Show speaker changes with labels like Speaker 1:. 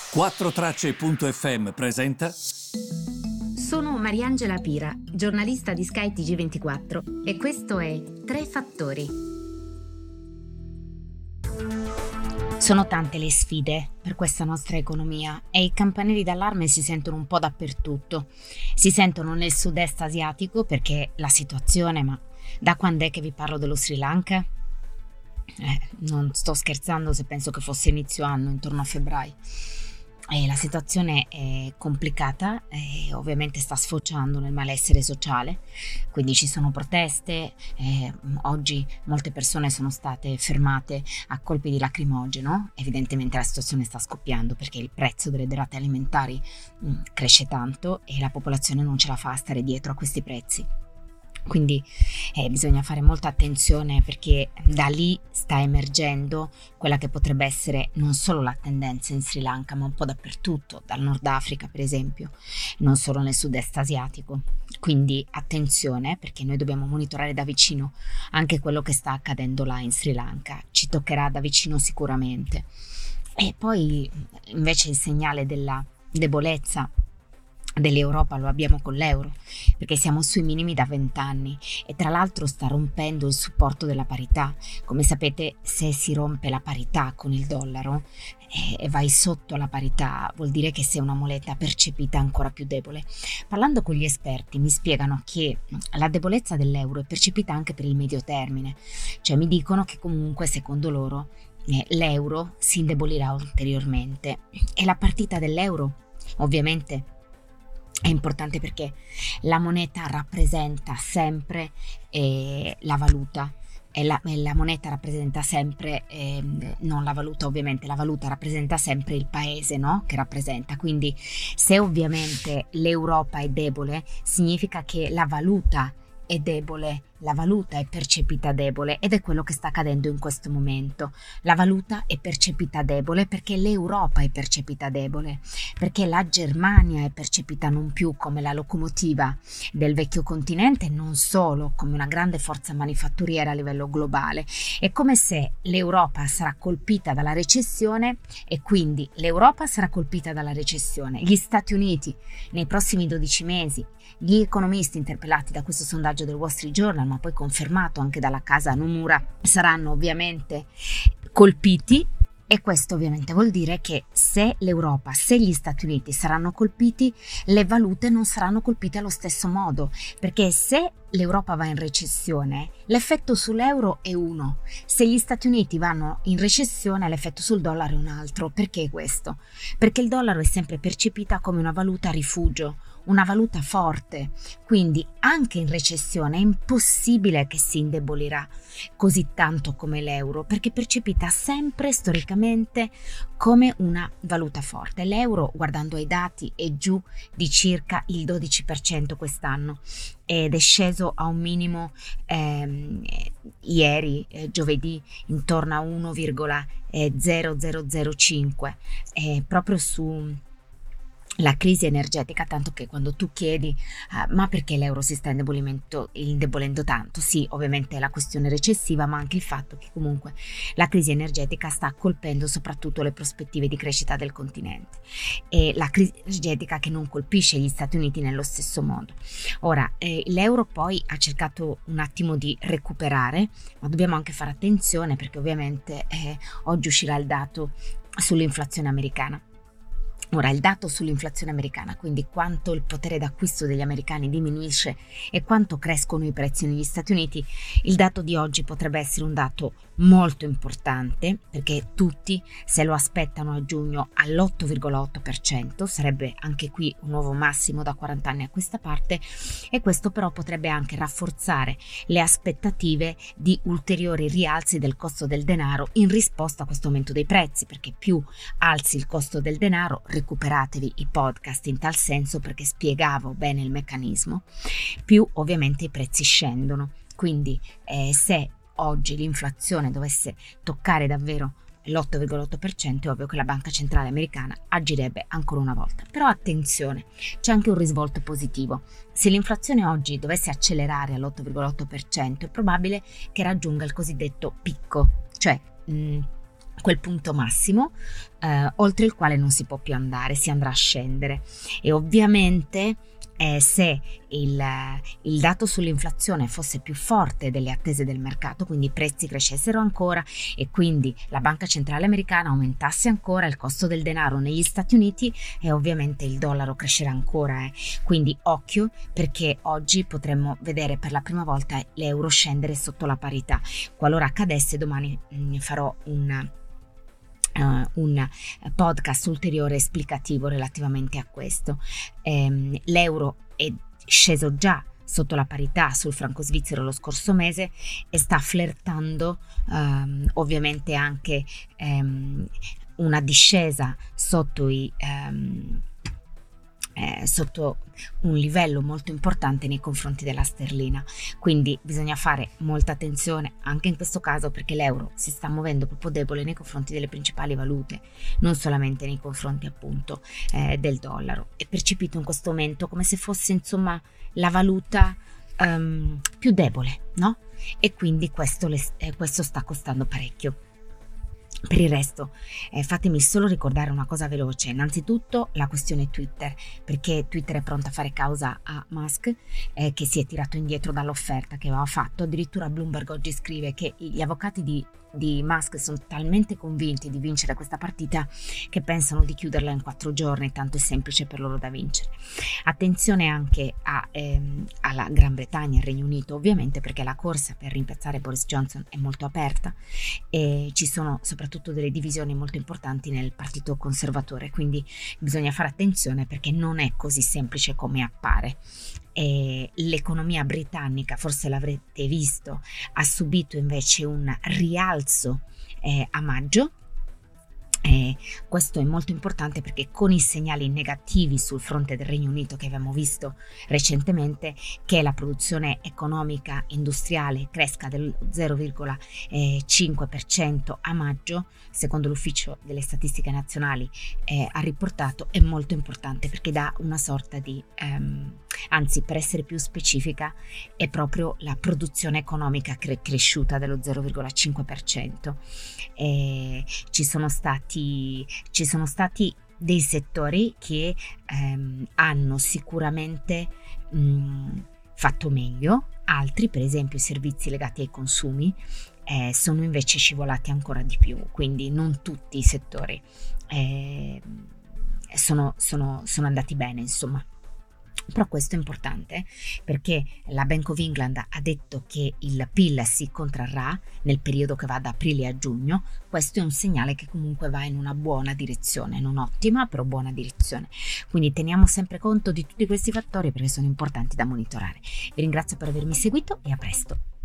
Speaker 1: 4Tracce.fm presenta.
Speaker 2: Sono Mariangela Pira, giornalista di Sky TG24 e questo è Tre Fattori. Sono tante le sfide per questa nostra economia e i campanelli d'allarme si sentono un po' dappertutto. Si sentono nel sud-est asiatico perché la situazione, ma da quando è che vi parlo dello Sri Lanka? Non sto scherzando se penso che fosse inizio anno, intorno a febbraio. La situazione è complicata e ovviamente sta sfociando nel malessere sociale, quindi ci sono proteste, oggi molte persone sono state fermate a colpi di lacrimogeno. Evidentemente la situazione sta scoppiando perché il prezzo delle derrate alimentari cresce tanto e la popolazione non ce la fa a stare dietro a questi prezzi. Quindi bisogna fare molta attenzione perché da lì sta emergendo quella che potrebbe essere non solo la tendenza in Sri Lanka, ma un po' dappertutto, dal Nord Africa per esempio, non solo nel sud-est asiatico. Quindi attenzione, perché noi dobbiamo monitorare da vicino anche quello che sta accadendo là in Sri Lanka, ci toccherà da vicino sicuramente. E poi invece il segnale della debolezza dell'Europa lo abbiamo con l'euro, perché siamo sui minimi da 20 anni e tra l'altro sta rompendo il supporto della parità. Come sapete, se si rompe la parità con il dollaro e vai sotto la parità, vuol dire che sei una moneta percepita ancora più debole. Parlando con gli esperti mi spiegano che la debolezza dell'euro è percepita anche per il medio termine, cioè mi dicono che comunque secondo loro l'euro si indebolirà ulteriormente e la partita dell'euro ovviamente è importante perché la moneta rappresenta sempre la valuta e la moneta rappresenta sempre, non la valuta ovviamente, la valuta rappresenta sempre il paese, no? Che rappresenta. Quindi se ovviamente l'Europa è debole, significa che la valuta è debole, la valuta è percepita debole ed è quello che sta accadendo in questo momento. La valuta è percepita debole perché l'Europa è percepita debole, perché la Germania è percepita non più come la locomotiva del vecchio continente, non solo come una grande forza manifatturiera a livello globale. È come se l'Europa sarà colpita dalla recessione e quindi l'Europa sarà colpita dalla recessione. Gli Stati Uniti nei prossimi 12 mesi, gli economisti interpellati da questo sondaggio del Wall Street Journal, ma poi confermato anche dalla casa Nomura, saranno ovviamente colpiti e questo ovviamente vuol dire che se l'Europa, se gli Stati Uniti saranno colpiti, le valute non saranno colpite allo stesso modo, perché se l'Europa va in recessione, l'effetto sull'euro è uno, se gli Stati Uniti vanno in recessione l'effetto sul dollaro è un altro. Perché questo? Perché il dollaro è sempre percepita come una valuta rifugio, una valuta forte, quindi anche in recessione è impossibile che si indebolirà così tanto come l'euro, perché è percepita sempre storicamente come una valuta forte. L'euro, guardando ai dati, è giù di circa il 12% quest'anno ed è sceso a un minimo ieri, giovedì, intorno a 1,0005, proprio su la crisi energetica, tanto che quando tu chiedi ma perché l'euro si sta indebolendo tanto, sì, ovviamente è la questione recessiva, ma anche il fatto che comunque la crisi energetica sta colpendo soprattutto le prospettive di crescita del continente e la crisi energetica che non colpisce gli Stati Uniti nello stesso modo. Ora, l'euro poi ha cercato un attimo di recuperare, ma dobbiamo anche fare attenzione perché ovviamente oggi uscirà il dato sull'inflazione americana. Ora, il dato sull'inflazione americana, quindi quanto il potere d'acquisto degli americani diminuisce e quanto crescono i prezzi negli Stati Uniti, il dato di oggi potrebbe essere un dato molto importante perché tutti se lo aspettano a giugno all'8,8%, sarebbe anche qui un nuovo massimo da 40 anni a questa parte e questo però potrebbe anche rafforzare le aspettative di ulteriori rialzi del costo del denaro in risposta a questo aumento dei prezzi, perché più alzi il costo del denaro, recuperatevi i podcast in tal senso perché spiegavo bene il meccanismo, più ovviamente i prezzi scendono. Quindi se oggi l'inflazione dovesse toccare davvero l'8,8%, è ovvio che la Banca Centrale Americana agirebbe ancora una volta. Però attenzione, c'è anche un risvolto positivo. Se l'inflazione oggi dovesse accelerare all'8,8%, è probabile che raggiunga il cosiddetto picco, cioè quel punto massimo oltre il quale non si può più andare, si andrà a scendere. E ovviamente se il dato sull'inflazione fosse più forte delle attese del mercato, quindi i prezzi crescessero ancora e quindi la Banca Centrale Americana aumentasse ancora il costo del denaro negli Stati Uniti, e ovviamente il dollaro crescerà ancora. Quindi occhio, perché oggi potremmo vedere per la prima volta l'euro scendere sotto la parità. Qualora accadesse, domani farò un podcast ulteriore esplicativo relativamente a questo. L'euro è sceso già sotto la parità sul franco svizzero lo scorso mese e sta flirtando ovviamente anche una discesa sotto sotto un livello molto importante nei confronti della sterlina. Quindi bisogna fare molta attenzione anche in questo caso, perché l'euro si sta muovendo proprio debole nei confronti delle principali valute, non solamente nei confronti appunto del dollaro. È percepito in questo momento come se fosse insomma la valuta più debole, no? E quindi questo sta costando parecchio. Per il resto, fatemi solo ricordare una cosa veloce. Innanzitutto la questione Twitter, perché Twitter è pronta a fare causa a Musk, che si è tirato indietro dall'offerta che aveva fatto. Addirittura Bloomberg oggi scrive che gli avvocati di Musk sono talmente convinti di vincere questa partita che pensano di chiuderla in 4 giorni, tanto è semplice per loro da vincere. Attenzione anche alla Gran Bretagna, al Regno Unito, ovviamente, perché la corsa per rimpiazzare Boris Johnson è molto aperta e ci sono soprattutto delle divisioni molto importanti nel partito conservatore, quindi bisogna fare attenzione perché non è così semplice come appare. L'economia britannica, forse l'avrete visto, ha subito invece un rialzo a maggio. Questo è molto importante perché con i segnali negativi sul fronte del Regno Unito che abbiamo visto recentemente, che la produzione economica industriale cresca del 0,5% a maggio, secondo l'Ufficio delle Statistiche Nazionali ha riportato, è molto importante perché dà una sorta di, anzi per essere più specifica, è proprio la produzione economica cresciuta dello 0,5%. Ci sono stati dei settori che hanno sicuramente fatto meglio, altri, per esempio i servizi legati ai consumi, sono invece scivolati ancora di più, quindi non tutti i settori sono andati bene, insomma. Però questo è importante perché la Bank of England ha detto che il PIL si contrarrà nel periodo che va da aprile a giugno. Questo è un segnale che comunque va in una buona direzione, non ottima, però buona direzione. Quindi teniamo sempre conto di tutti questi fattori perché sono importanti da monitorare. Vi ringrazio per avermi seguito e a presto.